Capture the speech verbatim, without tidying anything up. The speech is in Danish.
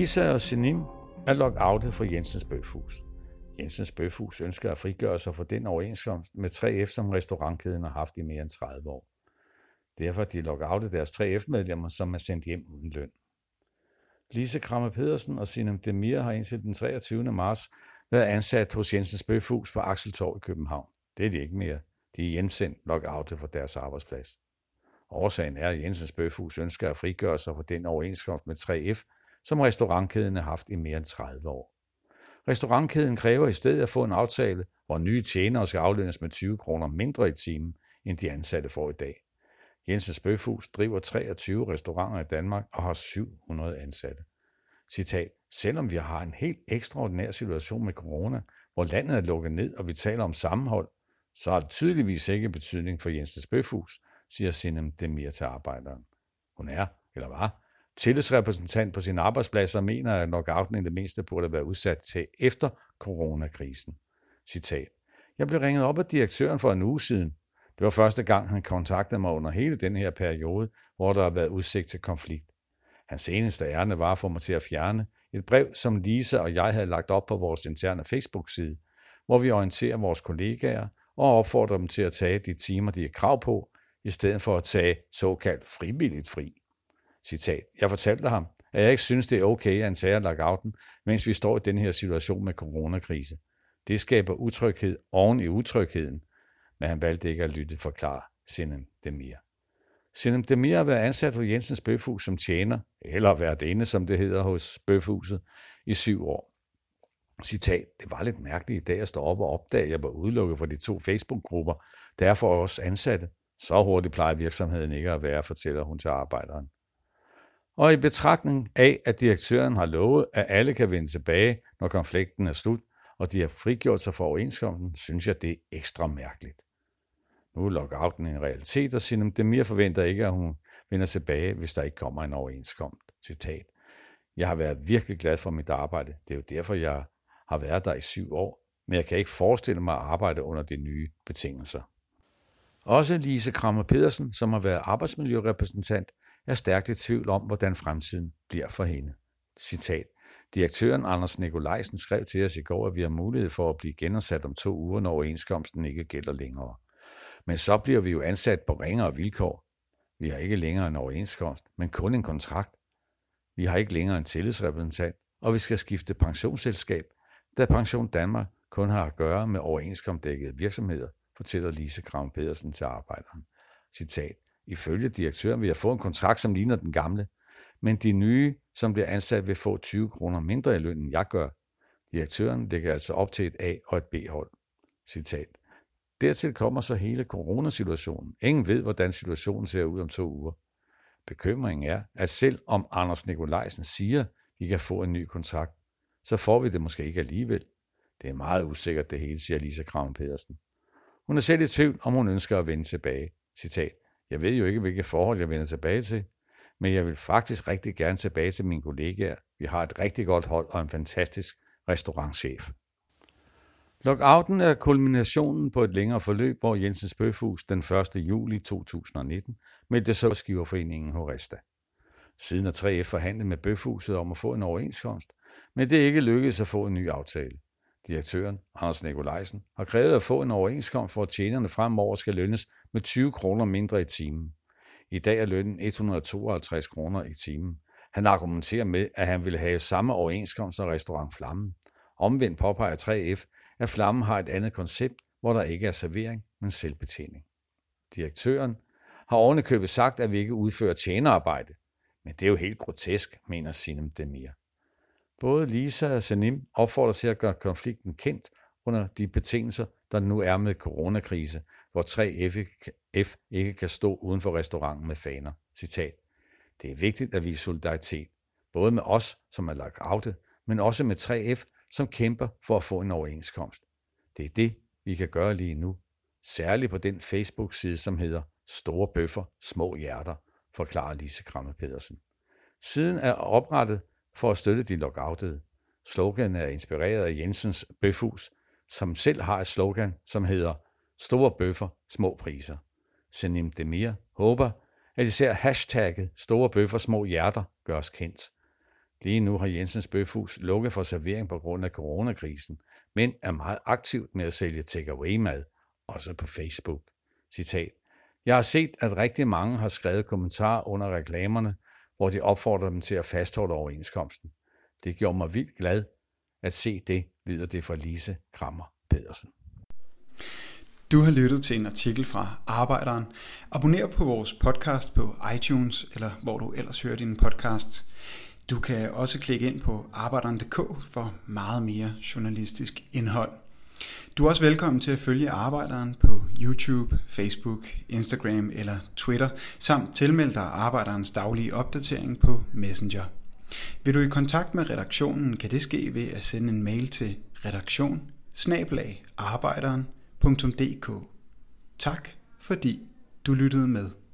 Lisa og Senim er lockoutet for Jensens Bøfhus. Jensens Bøfhus ønsker at frigøre sig fra den overenskomst med tre F, som restaurantkæden har haft i mere end tredive år. Derfor er de lockoutet deres tre F-medlemmer, som er sendt hjem uden løn. Lise Kramer Pedersen og Sinem Demir har indtil den treogtyvende marts været ansat hos Jensens Bøfhus på Axeltorv i København. Det er de ikke mere. De er hjemsendt lockoutet fra deres arbejdsplads. Årsagen er, at Jensens Bøfhus ønsker at frigøre sig fra den overenskomst med tre F, som restaurantkæden har haft i mere end tredive år. Restaurantkæden kræver i stedet at få en aftale, hvor nye tjenere skal aflønnes med tyve kroner mindre i timen, end de ansatte får i dag. Jensens Bøfhus driver treogtyve restauranter i Danmark og har syv hundrede ansatte. Citat: Selvom vi har en helt ekstraordinær situation med corona, hvor landet er lukket ned, og vi taler om sammenhold, så har det tydeligvis ikke betydning for Jensens Bøfhus, siger Sinem Demir til Arbejderen. Hun er, eller var, tillidsrepræsentant på sin arbejdsplads og mener, at lockouten i det mindste burde være udsat til efter coronakrisen. Citat: Jeg blev ringet op af direktøren for en uge siden. Det var første gang, han kontaktede mig under hele den her periode, hvor der har været udsigt til konflikt. Hans eneste ærne var at få mig til at fjerne et brev, som Lisa og jeg havde lagt op på vores interne Facebook-side, hvor vi orienterer vores kollegaer og opfordrer dem til at tage de timer, de har krav på, i stedet for at tage såkaldt frivilligt fri. Citat: Jeg fortalte ham, at jeg ikke synes, det er okay, at han tager lockouten, mens vi står i den her situation med coronakrise. Det skaber utryghed oven i utrygheden, men han valgte ikke at lytte, forklarer Sinem Demir. Sinem Demir har været ansat hos Jensens Bøfhus som tjener, eller været inde, som det hedder hos Bøfhuset, i syv år. Citat: Det var lidt mærkeligt i dag at stå op og opdage, at jeg var udelukket fra de to Facebook-grupper, der er for os ansatte. Så hurtigt plejer virksomheden ikke at være, fortæller hun til Arbejderen. Og i betragtning af, at direktøren har lovet, at alle kan vende tilbage, når konflikten er slut, og de har frigjort sig fra overenskomsten, synes jeg, det er ekstra mærkeligt. Nu er lockouten en realitet, og Sinem Demir forventer ikke, at hun vender tilbage, hvis der ikke kommer en overenskomst. Citat: Jeg har været virkelig glad for mit arbejde. Det er jo derfor, jeg har været der i syv år, men jeg kan ikke forestille mig at arbejde under de nye betingelser. Også Lise Kramer Pedersen, som har været arbejdsmiljørepræsentant, er stærkt i tvivl om, hvordan fremtiden bliver for hende. Citat: Direktøren Anders Nikolajsen skrev til os i går, at vi har mulighed for at blive genansat om to uger, når overenskomsten ikke gælder længere. Men så bliver vi jo ansat på ringere vilkår. Vi har ikke længere en overenskomst, men kun en kontrakt. Vi har ikke længere en tillidsrepræsentant, og vi skal skifte pensionsselskab, da Pension Danmark kun har at gøre med overenskomstdækkede virksomheder, fortæller Lise Kramer Pedersen til Arbejderen. Citat: Ifølge direktøren vil jeg få en kontrakt, som ligner den gamle, men de nye, som bliver ansat, vil få tyve kroner mindre i løn, end jeg gør. Direktøren lægger altså op til et A- og et B-hold. Citat: Dertil kommer så hele coronasituationen. Ingen ved, hvordan situationen ser ud om to uger. Bekymringen er, at selv om Anders Nikolajsen siger, at vi kan få en ny kontrakt, så får vi det måske ikke alligevel. Det er meget usikkert det hele, siger Lise Kramer Pedersen. Hun er selv i tvivl, om hun ønsker at vende tilbage. Citat: Jeg ved jo ikke, hvilke forhold jeg vender tilbage til, men jeg vil faktisk rigtig gerne tilbage til mine kollegaer. Vi har et rigtig godt hold og en fantastisk restaurantchef. Lockouten er kulminationen på et længere forløb, hvor Jensens Bøfhus den første juli to tusind og nitten meldte sig hos Skiverforeningen Horesta. Siden har tre F forhandlet med Bøfhuset om at få en overenskomst, men det er ikke lykkedes at få en ny aftale. Direktøren, Anders Nikolajsen, har krævet at få en overenskomst, for at tjenerne fremover skal lønnes med tyve kroner mindre i timen. I dag er lønnen et hundrede og tooghalvtreds kroner i timen. Han argumenterer med, at han vil have samme overenskomst som Restaurant Flammen. Omvendt påpeger tre F, at Flammen har et andet koncept, hvor der ikke er servering, men selvbetjening. Direktøren har ovenikøbet sagt, at vi ikke udfører tjenerarbejde. Men det er jo helt grotesk, mener Sinem Demir. Både Lisa og Senim opfordrer til at gøre konflikten kendt under de betingelser, der nu er med coronakrise, hvor tre F ikke kan stå uden for restauranten med faner. Citat: Det er vigtigt at vise solidaritet, både med os, som er lockoutet, men også med tre F, som kæmper for at få en overenskomst. Det er det, vi kan gøre lige nu, særligt på den Facebook-side, som hedder Store Bøffer, Små Hjerter, forklarer Lise Kramer Pedersen. Siden er oprettet for at støtte de lockoutede. Sloganet er inspireret af Jensens Bøfhus, som selv har et slogan, som hedder Store Bøffer, Små Priser. Sinem Demir håber, at især hashtagget Store Bøffer, Små Hjerter gøres kendt. Lige nu har Jensens Bøfhus lukket for servering på grund af coronakrisen, men er meget aktivt med at sælge takeaway-mad, også på Facebook. Citat. Jeg har set, at rigtig mange har skrevet kommentarer under reklamerne, hvor de opfordrer dem til at fastholde overenskomsten. Det gjorde mig vildt glad at se det, lyder det fra Lise Krammer Pedersen. Du har lyttet til en artikel fra Arbejderen. Abonner på vores podcast på iTunes, eller hvor du ellers hører din podcast. Du kan også klikke ind på arbejderen punktum d k for meget mere journalistisk indhold. Du er også velkommen til at følge Arbejderen på YouTube, Facebook, Instagram eller Twitter, samt tilmelde dig Arbejderens daglige opdatering på Messenger. Vil du i kontakt med redaktionen, kan det ske ved at sende en mail til redaktion bindestreg arbejderen punktum d k. Tak fordi du lyttede med.